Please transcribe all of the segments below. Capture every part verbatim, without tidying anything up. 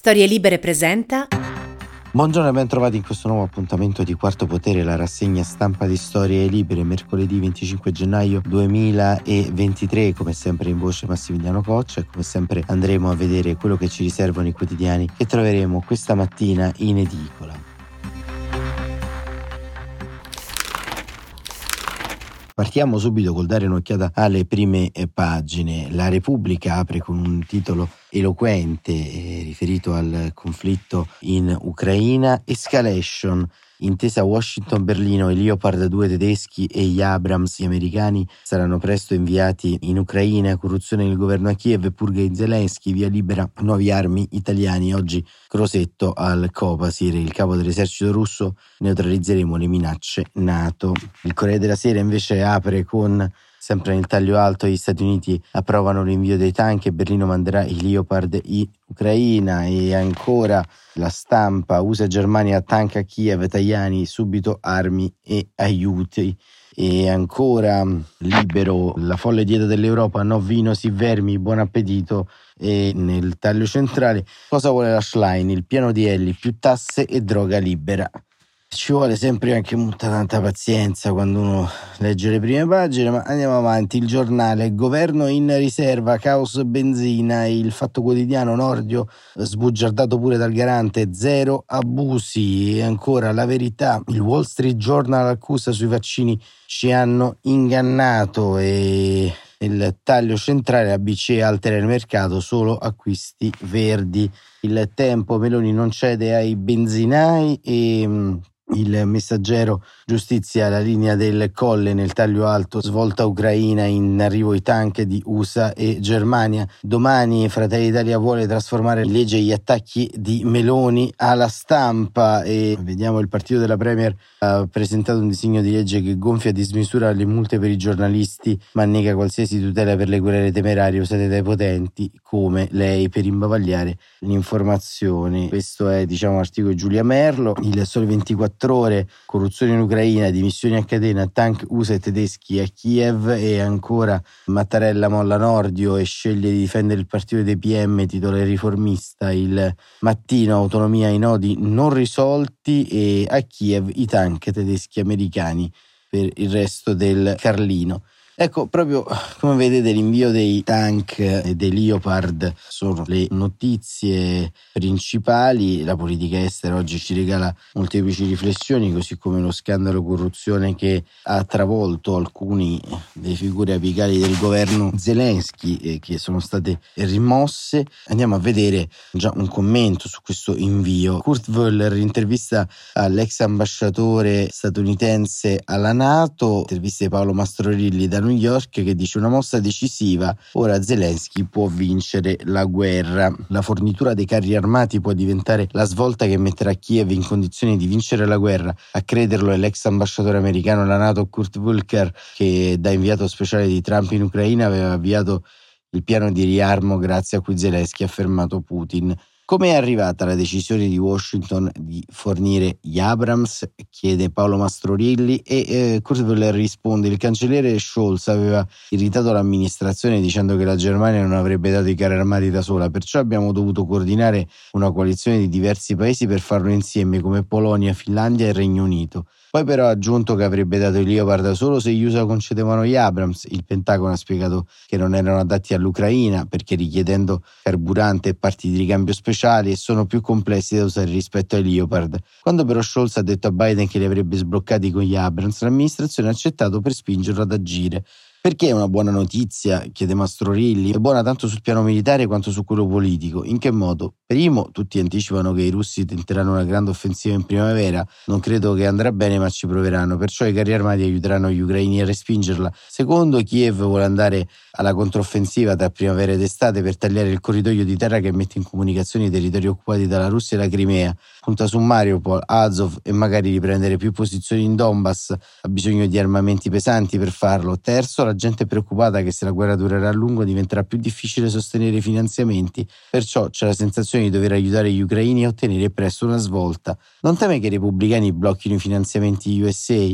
Storie Libere presenta. Buongiorno e ben trovati in questo nuovo appuntamento di Quarto Potere, la rassegna stampa di Storie Libere, mercoledì venticinque gennaio duemilaventitré. Come sempre in voce Massimiliano Coccia e come sempre andremo a vedere quello che ci riservano i quotidiani che troveremo questa mattina in edicola. Partiamo subito col dare un'occhiata alle prime pagine. La Repubblica apre con un titolo eloquente eh, riferito al conflitto in Ucraina. Escalation, intesa Washington-Berlino, i Leopard due tedeschi e gli Abrams americani saranno presto inviati in Ucraina. Corruzione del governo a Kiev, purga in Zelensky, via libera nuovi armi italiani. Oggi Crosetto al Copasir, il capo dell'esercito russo: neutralizzeremo le minacce NATO. Il Corriere della Sera invece apre con, sempre nel taglio alto, gli Stati Uniti approvano l'invio dei tank e Berlino manderà i Leopard in Ucraina. E ancora La Stampa: U S A e Germania, tank a Kiev, Tajani, subito armi e aiuti. E ancora Libero: la folle dieta dell'Europa, no vino sì vermi, buon appetito. E nel taglio centrale: cosa vuole la Schlein, il piano di Elli, più tasse e droga libera. Ci vuole sempre anche molta tanta pazienza quando uno legge le prime pagine, ma andiamo avanti. Il Giornale: governo in riserva, caos benzina. Il Fatto Quotidiano: Nordio sbugiardato pure dal garante, zero abusi. E ancora La Verità: il Wall Street Journal accusa sui vaccini, ci hanno ingannato. E il taglio centrale: la B C E altera il mercato, solo acquisti verdi. Il Tempo: Meloni non cede ai benzinai. E Il Messaggero: giustizia, la linea del Colle. Nel taglio alto: svolta Ucraina, in arrivo i tank di U S A e Germania. Domani Fratelli d'Italia vuole trasformare in legge gli attacchi di Meloni. Alla Stampa e vediamo: il partito della Premier ha presentato un disegno di legge che gonfia a dismisura le multe per i giornalisti, ma nega qualsiasi tutela per le querele temerarie usate dai potenti come lei per imbavagliare l'informazione. Questo è, diciamo, l'articolo di Giulia Merlo. Il Sole ventiquattro Ore: corruzione in Ucraina, dimissioni a catena, tank U S A e tedeschi a Kiev. E ancora Mattarella molla Nordio e sceglie di difendere il partito dei P M, titola il Riformista. Il Mattino: autonomia, i nodi non risolti, e a Kiev i tank tedeschi americani per il resto del Carlino. Ecco, proprio come vedete, l'invio dei tank e dei Leopard sono le notizie principali. La politica estera oggi ci regala molteplici riflessioni, così come lo scandalo corruzione che ha travolto alcuni delle figure apicali del governo Zelensky e che sono state rimosse. Andiamo a vedere già un commento su questo invio. Kurt Wöller intervista all'ex ambasciatore statunitense alla NATO, intervista di Paolo Mastrorilli da New York, che dice: una mossa decisiva, ora Zelensky può vincere la guerra. La fornitura dei carri armati può diventare la svolta che metterà Kiev in condizioni di vincere la guerra. A crederlo è l'ex ambasciatore americano alla NATO Kurt Volker, che da inviato speciale di Trump in Ucraina aveva avviato il piano di riarmo grazie a cui Zelensky ha fermato Putin. Come è arrivata la decisione di Washington di fornire gli Abrams? Chiede Paolo Mastrorilli. E eh, Kurt Wöller risponde: il cancelliere Scholz aveva irritato l'amministrazione dicendo che la Germania non avrebbe dato i carri armati da sola, perciò abbiamo dovuto coordinare una coalizione di diversi paesi per farlo insieme, come Polonia, Finlandia e Regno Unito. Poi però ha aggiunto che avrebbe dato i Leopard solo se gli U S A concedevano gli Abrams. Il Pentagono ha spiegato che non erano adatti all'Ucraina perché richiedendo carburante e parti di ricambio speciali e sono più complessi da usare rispetto ai Leopard. Quando però Scholz ha detto a Biden che li avrebbe sbloccati con gli Abrams, l'amministrazione ha accettato per spingerlo ad agire. Perché è una buona notizia? Chiede Mastrorilli. È buona tanto sul piano militare quanto su quello politico. In che modo? Primo, tutti anticipano che i russi tenteranno una grande offensiva in primavera. Non credo che andrà bene, ma ci proveranno. Perciò i carri armati aiuteranno gli ucraini a respingerla. Secondo, Kiev vuole andare alla controffensiva tra primavera ed estate per tagliare il corridoio di terra che mette in comunicazione i territori occupati dalla Russia e la Crimea. Punta su Mariupol, Azov e magari riprendere più posizioni in Donbass. Ha bisogno di armamenti pesanti per farlo. Terzo, la gente è preoccupata che se la guerra durerà a lungo diventerà più difficile sostenere i finanziamenti, perciò c'è la sensazione di dover aiutare gli ucraini a ottenere presto una svolta. Non teme che i repubblicani blocchino i finanziamenti U S A?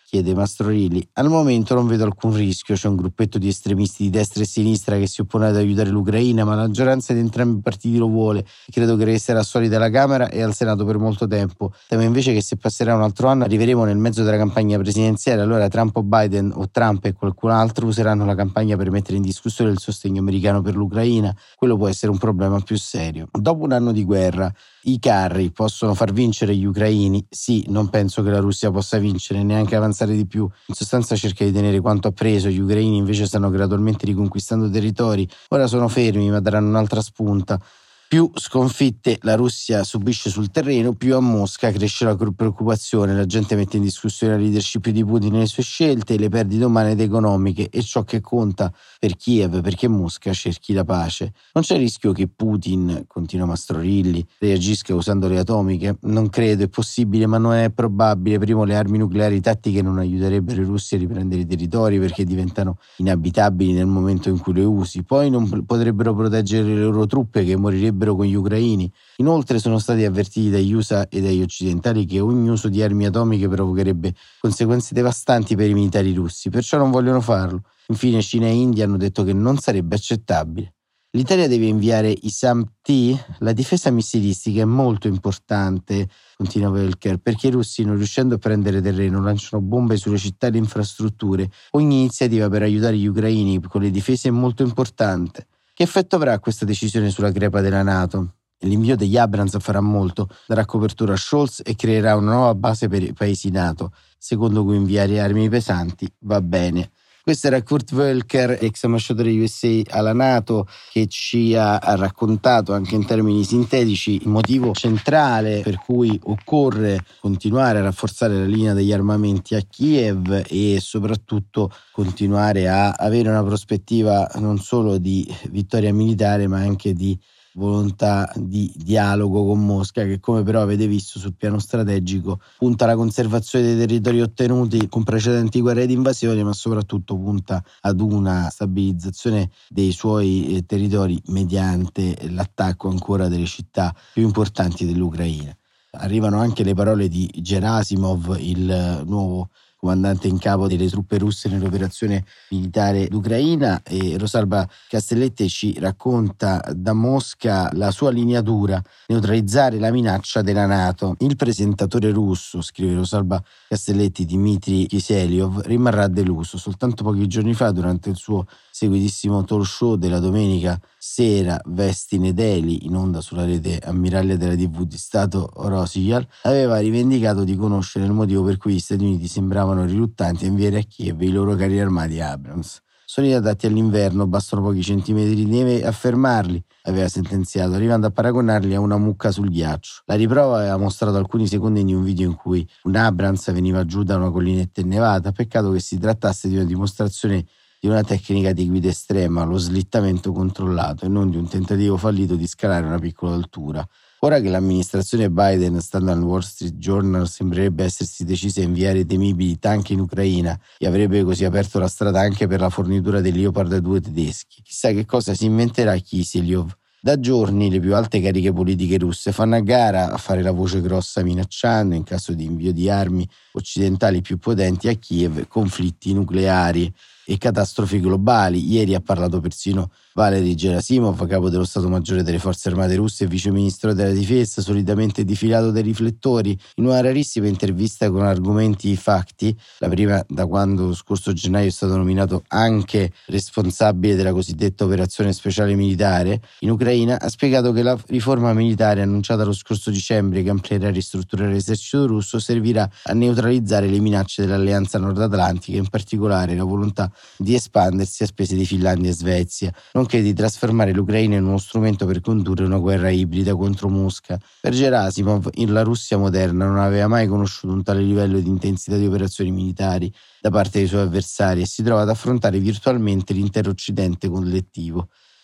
chiede Mastrorilli. Al momento non vedo alcun rischio, c'è un gruppetto di estremisti di destra e sinistra che si oppone ad aiutare l'Ucraina, ma la maggioranza di entrambi i partiti lo vuole. Credo che resterà solida alla Camera e al Senato per molto tempo. Temo invece che se passerà un altro anno arriveremo nel mezzo della campagna presidenziale, allora Trump o Biden o Trump e qualcun altro useranno la campagna per mettere in discussione il sostegno americano per l'Ucraina. Quello può essere un problema più serio. Dopo un anno di guerra, i carri possono far vincere gli ucraini? Sì, non penso che la Russia possa vincere, neanche avanzare di più. In sostanza cerca di tenere quanto ha preso, gli ucraini invece stanno gradualmente riconquistando territori. Ora sono fermi, ma daranno un'altra spunta. Più sconfitte la Russia subisce sul terreno, più a Mosca cresce la preoccupazione. La gente mette in discussione la leadership di Putin e le sue scelte, le perdite umane ed economiche e ciò che conta per Kiev, perché Mosca cerchi la pace. Non c'è il rischio che Putin, continua Mastrorilli, reagisca usando le atomiche? Non credo, è possibile ma non è probabile. Primo, le armi nucleari tattiche non aiuterebbero i russi a riprendere i territori perché diventano inabitabili nel momento in cui le usi. Poi non potrebbero proteggere le loro truppe che morirebbero con gli ucraini. Inoltre sono stati avvertiti dagli U S A e dagli occidentali che ogni uso di armi atomiche provocherebbe conseguenze devastanti per i militari russi, perciò non vogliono farlo. Infine Cina e India hanno detto che non sarebbe accettabile. L'Italia deve inviare i SAM-T? La difesa missilistica è molto importante, continua Volker, perché i russi, non riuscendo a prendere terreno, lanciano bombe sulle città e le infrastrutture. Ogni iniziativa per aiutare gli ucraini con le difese è molto importante. Che effetto avrà questa decisione sulla crepa della NATO? L'invio degli Abrams farà molto, darà copertura a Scholz e creerà una nuova base per i paesi NATO, secondo cui inviare armi pesanti va bene. Questo era Kurt Volker, ex ambasciatore U S A alla NATO, che ci ha raccontato anche in termini sintetici il motivo centrale per cui occorre continuare a rafforzare la linea degli armamenti a Kiev e soprattutto continuare a avere una prospettiva non solo di vittoria militare ma anche di volontà di dialogo con Mosca, che come però avete visto sul piano strategico punta alla conservazione dei territori ottenuti con precedenti guerre di invasione, ma soprattutto punta ad una stabilizzazione dei suoi eh, territori mediante l'attacco ancora delle città più importanti dell'Ucraina. Arrivano anche le parole di Gerasimov, il nuovo comandante in capo delle truppe russe nell'operazione militare d'Ucraina, e Rosalba Castelletti ci racconta da Mosca la sua linea dura: neutralizzare la minaccia della NATO. Il presentatore russo, scrive Rosalba Castelletti, Dmitry Kiselyov, rimarrà deluso. Soltanto pochi giorni fa, durante il suo seguitissimo talk show della domenica sera Vesti Nedeli, in onda sulla rete ammiraglia della tivù di Stato Rossignol, aveva rivendicato di conoscere il motivo per cui gli Stati Uniti sembravano riluttanti a inviare a Kiev i loro carri armati Abrams. Sono inadatti all'inverno, bastano pochi centimetri di neve a fermarli, aveva sentenziato, arrivando a paragonarli a una mucca sul ghiaccio. La riprova aveva mostrato alcuni secondi di un video in cui un Abrams veniva giù da una collinetta innevata. Peccato che si trattasse di una dimostrazione di una tecnica di guida estrema, lo slittamento controllato, e non di un tentativo fallito di scalare una piccola altura. Ora che l'amministrazione Biden, stando al Wall Street Journal, sembrerebbe essersi decisa a inviare i temibili tank in Ucraina e avrebbe così aperto la strada anche per la fornitura dei Leopard due tedeschi. Chissà che cosa si inventerà Kiselyov. Da giorni le più alte cariche politiche russe fanno a gara a fare la voce grossa, minacciando, in caso di invio di armi occidentali più potenti a Kiev, conflitti nucleari e catastrofi globali. Ieri ha parlato persino Valery Gerasimov, capo dello Stato Maggiore delle Forze Armate russe e vice ministro della Difesa, solitamente difilato dai riflettori, in una rarissima intervista con argomenti fatti, la prima da quando lo scorso gennaio è stato nominato anche responsabile della cosiddetta operazione speciale militare in Ucraina. Ha spiegato che la riforma militare annunciata lo scorso dicembre, che amplierà e ristrutturerà l'esercito russo, servirà a neutralizzare le minacce dell'alleanza nord-atlantica, in particolare la volontà di espandersi a spese di Finlandia e Svezia, nonché di trasformare l'Ucraina in uno strumento per condurre una guerra ibrida contro Mosca. Per Gerasimov, la Russia moderna non aveva mai conosciuto un tale livello di intensità di operazioni militari da parte dei suoi avversari e si trova ad affrontare virtualmente l'intero Occidente collettivo.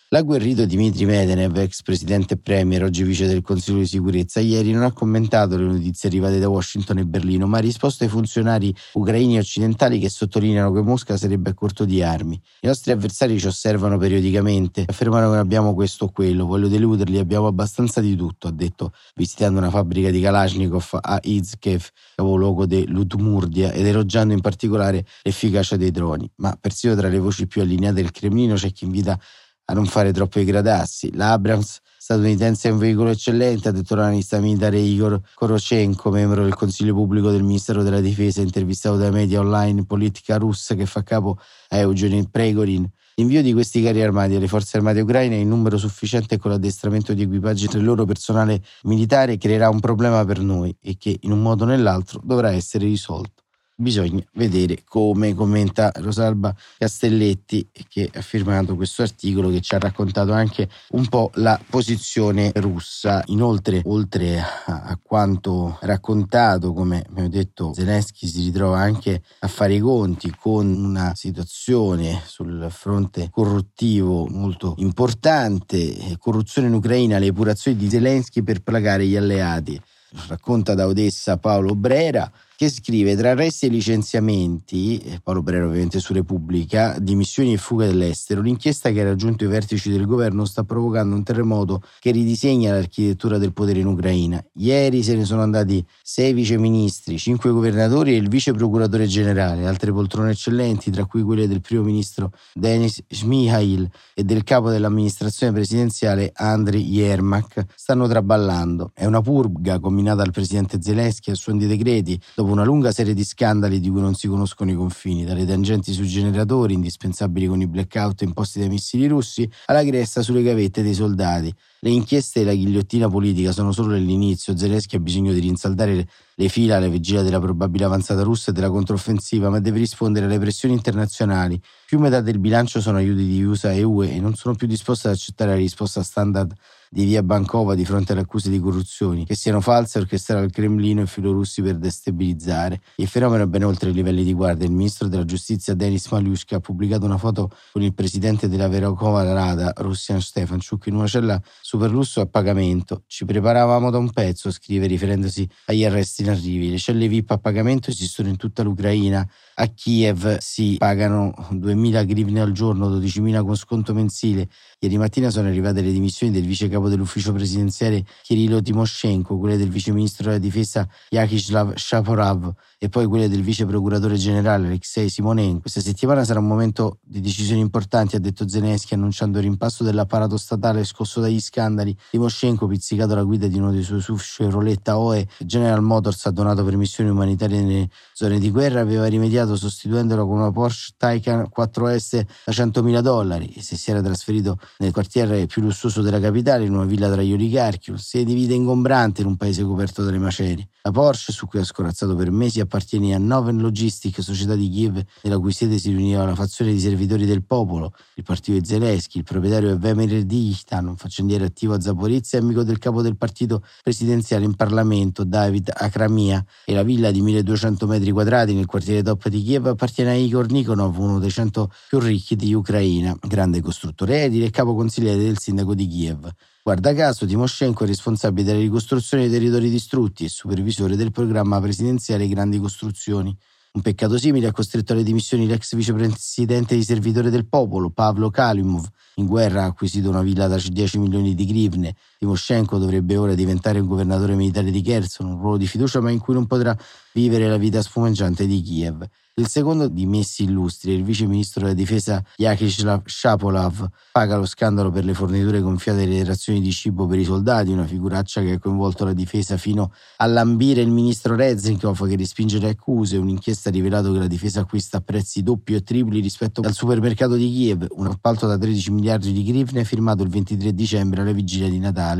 L'agguerrito Dmitry Medvedev, ex presidente e premier, oggi vice del Consiglio di sicurezza, ieri non ha commentato le notizie arrivate da Washington e Berlino, ma ha risposto ai funzionari ucraini e occidentali che sottolineano che Mosca sarebbe a corto di armi. I nostri avversari ci osservano periodicamente, affermano che non abbiamo questo o quello, voglio deluderli, abbiamo abbastanza di tutto, ha detto, visitando una fabbrica di Kalashnikov a Izhkev, capoluogo dell'Udmurtia, ed elogiando in particolare l'efficacia dei droni. Ma persino tra le voci più allineate del Cremlino c'è chi invita a non fare troppo i gradassi. L'Abrams statunitense è un veicolo eccellente, ha detto l'analista militare Igor Korochenko, membro del Consiglio Pubblico del Ministero della Difesa, intervistato dai media online Politica russa che fa capo a Eugeni Pregorin. L'invio di questi carri armati alle forze armate ucraine in numero sufficiente e con l'addestramento di equipaggi tra il loro personale militare creerà un problema per noi e che in un modo o nell'altro dovrà essere risolto. Bisogna vedere come, commenta Rosalba Castelletti, che ha firmato questo articolo che ci ha raccontato anche un po' la posizione russa. Inoltre, oltre a, a quanto raccontato, come abbiamo detto, Zelensky si ritrova anche a fare i conti con una situazione sul fronte corruttivo molto importante, corruzione in Ucraina, le epurazioni di Zelensky per placare gli alleati. Racconta da Odessa Paolo Brera, che scrive: tra arresti e licenziamenti, Paolo Brera ovviamente su Repubblica, dimissioni e fuga dall'estero, l'inchiesta che ha raggiunto i vertici del governo sta provocando un terremoto che ridisegna l'architettura del potere in Ucraina. Ieri se ne sono andati sei viceministri, cinque governatori e il vice procuratore generale, altre poltrone eccellenti, tra cui quelle del primo ministro Denis Shmyhal e del capo dell'amministrazione presidenziale Andriy Yermak, stanno traballando. È una purga combinata al presidente Zelensky e ai suoi decreti, dopo una lunga serie di scandali di cui non si conoscono i confini, dalle tangenti sui generatori, indispensabili con i blackout imposti dai missili russi, alla cresta sulle gavette dei soldati. Le inchieste e la ghigliottina politica sono solo l'inizio. Zelensky ha bisogno di rinsaldare le fila alla vigilia della probabile avanzata russa e della controffensiva, ma deve rispondere alle pressioni internazionali. Più metà del bilancio sono aiuti di U S A e U E e non sono più disposti ad accettare la risposta standard di via Bankova di fronte alle accuse di corruzioni, che siano false, orchestrate al Cremlino e filorussi per destabilizzare. Il fenomeno è ben oltre i livelli di guardia. Il ministro della giustizia Denis Malyushka ha pubblicato una foto con il presidente della Verkhovna Rada, Russian Stefanchuk, in una cella superlusso a pagamento. Ci preparavamo da un pezzo, scrive, riferendosi agli arresti in arrivi. Le celle V I P a pagamento esistono in tutta l'Ucraina. A Kiev si pagano duemila grivne al giorno, dodicimila con sconto mensile. Ieri mattina sono arrivate le dimissioni del vice capo dell'ufficio presidenziale Kirilo Timoshenko, quelle del vice ministro della difesa Yakislav Shaporov e poi quelle del vice procuratore generale Alexei Simonenko. Questa settimana sarà un momento di decisioni importanti, ha detto Zelensky, annunciando il rimpasto dell'apparato statale scosso dagli scandali. Timoshenko, pizzicato alla guida di uno dei suoi S U V Chevrolet O E, General Motors ha donato per missioni umanitarie nelle zone di guerra, aveva rimediato sostituendolo con una Porsche Taycan quattro S da centomila dollari e se si era trasferito nel quartiere più lussuoso della capitale, in una villa tra gli oligarchi, un sé di vita ingombrante in un paese coperto dalle macerie. La Porsche, su cui ha scorazzato per mesi, appartiene a Noven Logistic, società di Kiev, nella cui sede si riuniva la fazione di servitori del popolo, il partito di Zelensky. Il proprietario è Vladimir Dichtan, un faccendiere attivo a Zaporizia e amico del capo del partito presidenziale in Parlamento, David Akramia, e la villa di milleduecento metri quadrati nel quartiere top di Kiev appartiene a Igor Nikonov, uno dei cento più ricchi di Ucraina, grande costruttore edile e capo consigliere del sindaco di Kiev. Guarda caso, Timoshenko è responsabile della ricostruzione dei territori distrutti e supervisore del programma presidenziale Grandi Costruzioni. Un peccato simile ha costretto alle dimissioni l'ex vicepresidente di servitore del popolo, Pavlo Kalimov. In guerra ha acquisito una villa da dieci milioni di grivne. Timoshenko dovrebbe ora diventare un governatore militare di Kherson, un ruolo di fiducia ma in cui non potrà vivere la vita sfumeggiante di Kiev. Il secondo di messi illustri, il vice ministro della difesa Yakislav Shapovalov, paga lo scandalo per le forniture gonfiate delle razioni di cibo per i soldati, una figuraccia che ha coinvolto la difesa fino a lambire il ministro Reznikov, che respinge le accuse. Un'inchiesta ha rivelato che la difesa acquista a prezzi doppi o tripli rispetto al supermercato di Kiev, un appalto da tredici miliardi di grivne firmato il ventitré dicembre alla vigilia di Natale.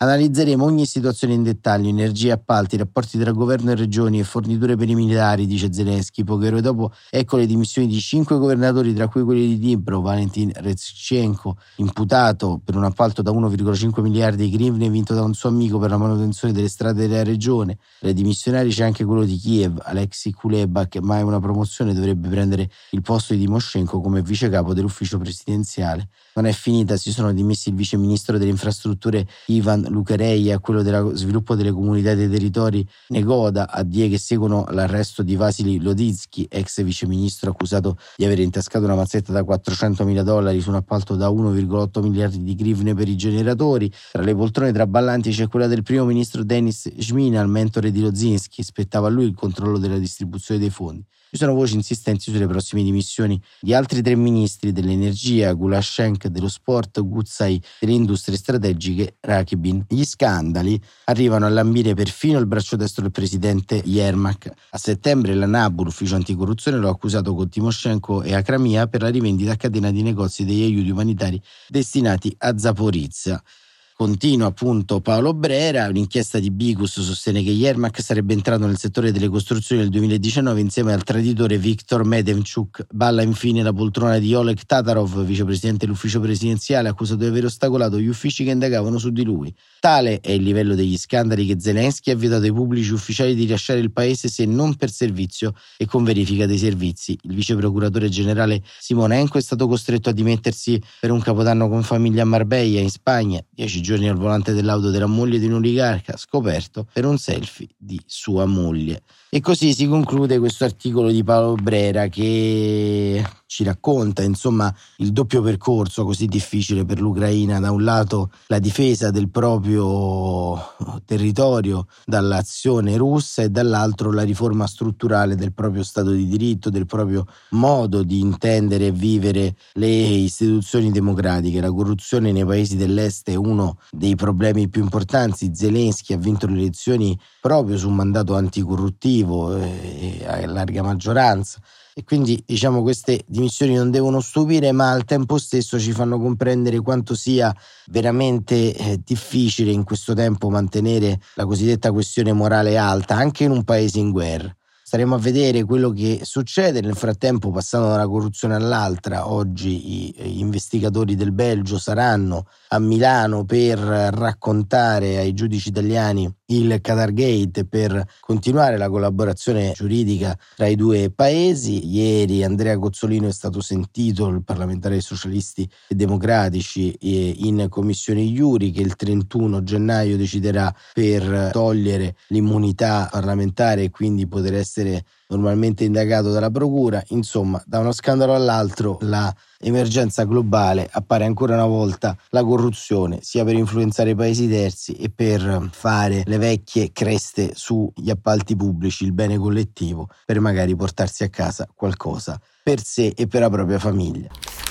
Analizzeremo ogni situazione in dettaglio, energia, appalti, rapporti tra governo e regioni e forniture per i militari, dice Zelensky. Poche ore dopo ecco le dimissioni di cinque governatori, tra cui quelli di Dnipro. Valentin Rezchenko, imputato per un appalto da uno virgola cinque miliardi di grivne vinto da un suo amico per la manutenzione delle strade della regione. Tra i dimissionari c'è anche quello di Kiev, Alexei Kuleba, che mai una promozione dovrebbe prendere il posto di Timoshenko come vice capo dell'ufficio presidenziale. Non è finita, si sono dimessi il vice ministro delle infrastrutture Ivan Lucarei e quello dello sviluppo delle comunità e dei territori Negoda, a die che seguono l'arresto di Vasily Loditsky, ex vice ministro accusato di aver intascato una mazzetta da quattrocentomila dollari su un appalto da uno virgola otto miliardi di grivne per i generatori. Tra le poltrone traballanti c'è quella del primo ministro Denis Shmyhal, mentore di Lozinski. Spettava a lui il controllo della distribuzione dei fondi. Ci sono voci insistenti sulle prossime dimissioni di altri tre ministri: dell'energia, Gulashenk, dello sport, Gutsai, delle industrie strategiche, Rakibin. Gli scandali arrivano a lambire perfino il braccio destro del presidente Yermak. A settembre la NABU, l'ufficio anticorruzione, lo ha accusato con Timoshenko e Akramia per la rivendita a catena di negozi degli aiuti umanitari destinati a Zaporizhzhia. Continua appunto Paolo Brera. Un'inchiesta di Bicus sostiene che Yermak sarebbe entrato nel settore delle costruzioni nel duemiladiciannove insieme al traditore Viktor Medvedchuk. Balla infine la poltrona di Oleg Tatarov, vicepresidente dell'ufficio presidenziale, accusato di aver ostacolato gli uffici che indagavano su di lui. Tale è il livello degli scandali che Zelensky ha vietato ai pubblici ufficiali di lasciare il paese se non per servizio e con verifica dei servizi. Il vice procuratore generale Simonenko è stato costretto a dimettersi per un capodanno con famiglia a Marbella, in Spagna, dieci giorni al volante dell'auto della moglie di un oligarca, scoperto per un selfie di sua moglie. E così si conclude questo articolo di Paolo Brera, che ci racconta insomma il doppio percorso così difficile per l'Ucraina: da un lato la difesa del proprio territorio dall'azione russa e dall'altro la riforma strutturale del proprio Stato di diritto, del proprio modo di intendere e vivere le istituzioni democratiche. La corruzione nei paesi dell'est è uno dei problemi più importanti. Zelensky ha vinto le elezioni proprio su un mandato anticorruttivo e a larga maggioranza, e quindi diciamo queste dimissioni non devono stupire, ma al tempo stesso ci fanno comprendere quanto sia veramente eh, difficile in questo tempo mantenere la cosiddetta questione morale alta anche in un paese in guerra. Staremo a vedere quello che succede. Nel frattempo, passando da una corruzione all'altra, oggi gli investigatori del Belgio saranno a Milano per raccontare ai giudici italiani il Qatargate, per continuare la collaborazione giuridica tra i due paesi. Ieri Andrea Cozzolino è stato sentito, il parlamentare dei socialisti e democratici, in commissione Iuri, che il trentuno gennaio deciderà per togliere l'immunità parlamentare e quindi poter essere normalmente indagato dalla procura. Insomma, da uno scandalo all'altro, la emergenza globale appare ancora una volta la corruzione, sia per influenzare i paesi terzi e per fare le vecchie creste sugli appalti pubblici, il bene collettivo, per magari portarsi a casa qualcosa per sé e per la propria famiglia.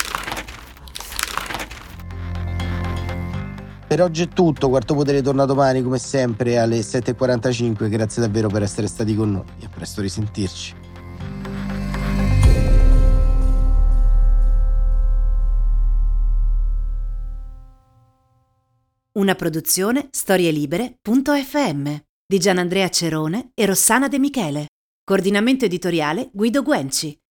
Per oggi è tutto. Quarto Potere torna domani come sempre alle sette e quarantacinque. Grazie davvero per essere stati con noi e a presto risentirci. Una produzione storielibere punto effe emme di Gianandrea Cerone e Rossana De Michele. Coordinamento editoriale Guido Guenci.